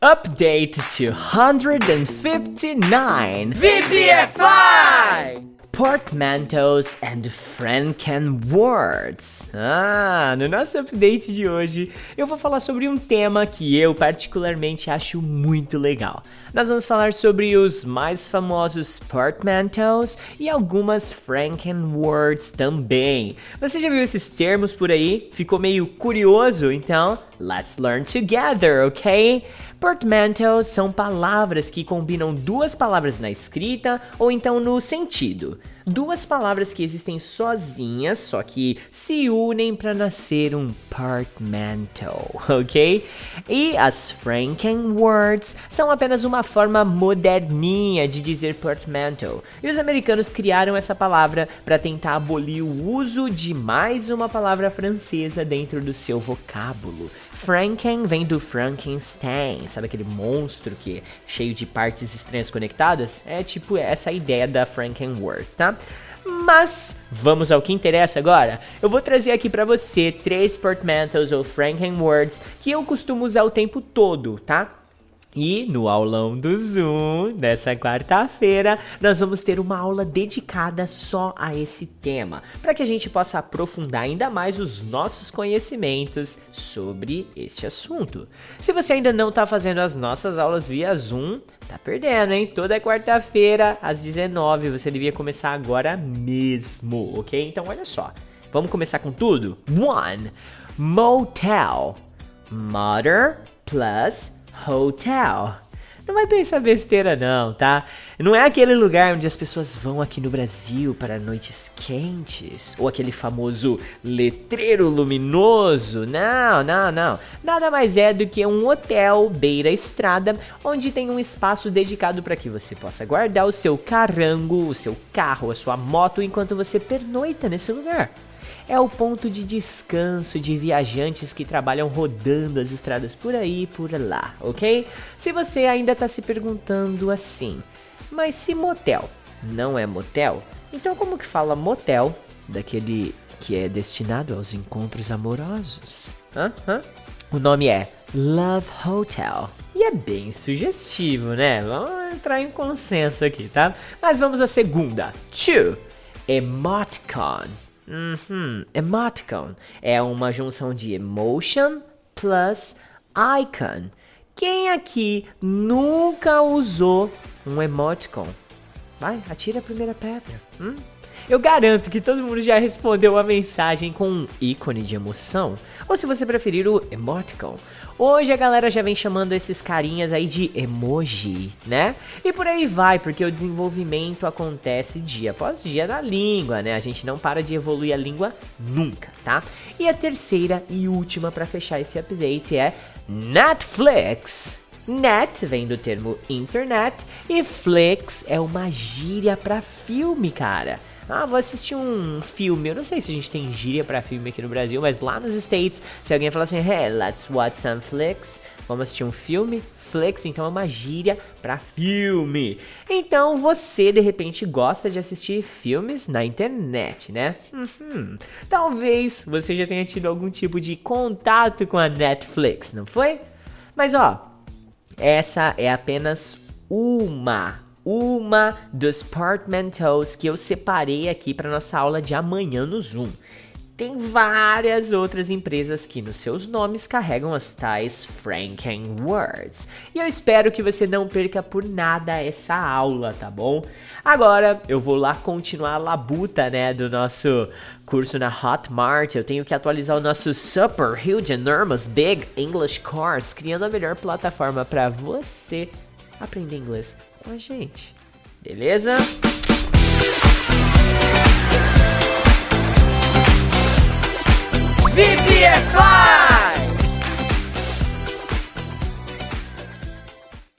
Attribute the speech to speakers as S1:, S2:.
S1: Update 259
S2: VPFI!
S1: Portmanteaus and Frankenwords. No nosso update de hoje eu vou falar sobre um tema que eu particularmente acho muito legal. Nós vamos falar sobre os mais famosos portmanteaus e algumas Frankenwords também. Você já viu esses termos por aí? Ficou meio curioso? Então, let's learn together, ok? Portmanteaus são palavras que combinam duas palavras na escrita ou então no sentido. Duas palavras que existem sozinhas, só que se unem para nascer um portmanteau, ok? E as Frankenwords são apenas uma forma moderninha de dizer portmanteau. E os americanos criaram essa palavra para tentar abolir o uso de mais uma palavra francesa dentro do seu vocábulo. Franken vem do Frankenstein, sabe aquele monstro que é cheio de partes estranhas conectadas? É tipo essa ideia da Frankenword, tá? Mas vamos ao que interessa agora. Eu vou trazer aqui pra você 3 portmanteaus ou Frankenwords que eu costumo usar o tempo todo, tá? E no aulão do Zoom, nessa quarta-feira, nós vamos ter uma aula dedicada só a esse tema, para que a gente possa aprofundar ainda mais os nossos conhecimentos sobre este assunto. Se você ainda não está fazendo as nossas aulas via Zoom, tá perdendo, hein? Toda quarta-feira, às 19h, você devia começar agora mesmo, ok? Então, olha só, vamos começar com tudo? 1. Motel. Mother plus hotel. Não vai pensar besteira não, tá? Não é aquele lugar onde as pessoas vão aqui no Brasil para noites quentes, ou aquele famoso letreiro luminoso. Não. Nada mais é do que um hotel beira-estrada, onde tem um espaço dedicado para que você possa guardar o seu carango, o seu carro, a sua moto, enquanto você pernoita nesse lugar. É o ponto de descanso de viajantes que trabalham rodando as estradas por aí e por lá, ok? Se você ainda está se perguntando assim, mas se motel não é motel, então como que fala motel daquele que é destinado aos encontros amorosos? O nome é Love Hotel. E é bem sugestivo, né? Vamos entrar em consenso aqui, tá? Mas vamos à segunda. 2. Emoticon. Emoticon é uma junção de emotion plus icon. Quem aqui nunca usou um emoticon? Vai, atira a primeira pedra. Eu garanto que todo mundo já respondeu a mensagem com um ícone de emoção, ou se você preferir o emoticon. Hoje a galera já vem chamando esses carinhas aí de emoji, né? E por aí vai, porque o desenvolvimento acontece dia após dia na língua, né? A gente não para de evoluir a língua nunca, tá? E a terceira e última para fechar esse update é Netflix. Net vem do termo internet e flix é uma gíria para filme, cara. Vou assistir um filme. Eu não sei se a gente tem gíria pra filme aqui no Brasil, mas lá nos States, se alguém falar assim, hey, let's watch some flicks, vamos assistir um filme, flicks, então é uma gíria pra filme. Então você, de repente, gosta de assistir filmes na internet, né? Talvez você já tenha tido algum tipo de contato com a Netflix, não foi? Mas essa é apenas uma dos portmanteaus que eu separei aqui para nossa aula de amanhã no Zoom. Tem várias outras empresas que nos seus nomes carregam as tais Frankenwords. E eu espero que você não perca por nada essa aula, tá bom? Agora eu vou lá continuar a labuta, né, do nosso curso na Hotmart. Eu tenho que atualizar o nosso Super Huge Enormous Big English Course, criando a melhor plataforma para você aprender inglês com a gente, beleza?
S2: VPFI!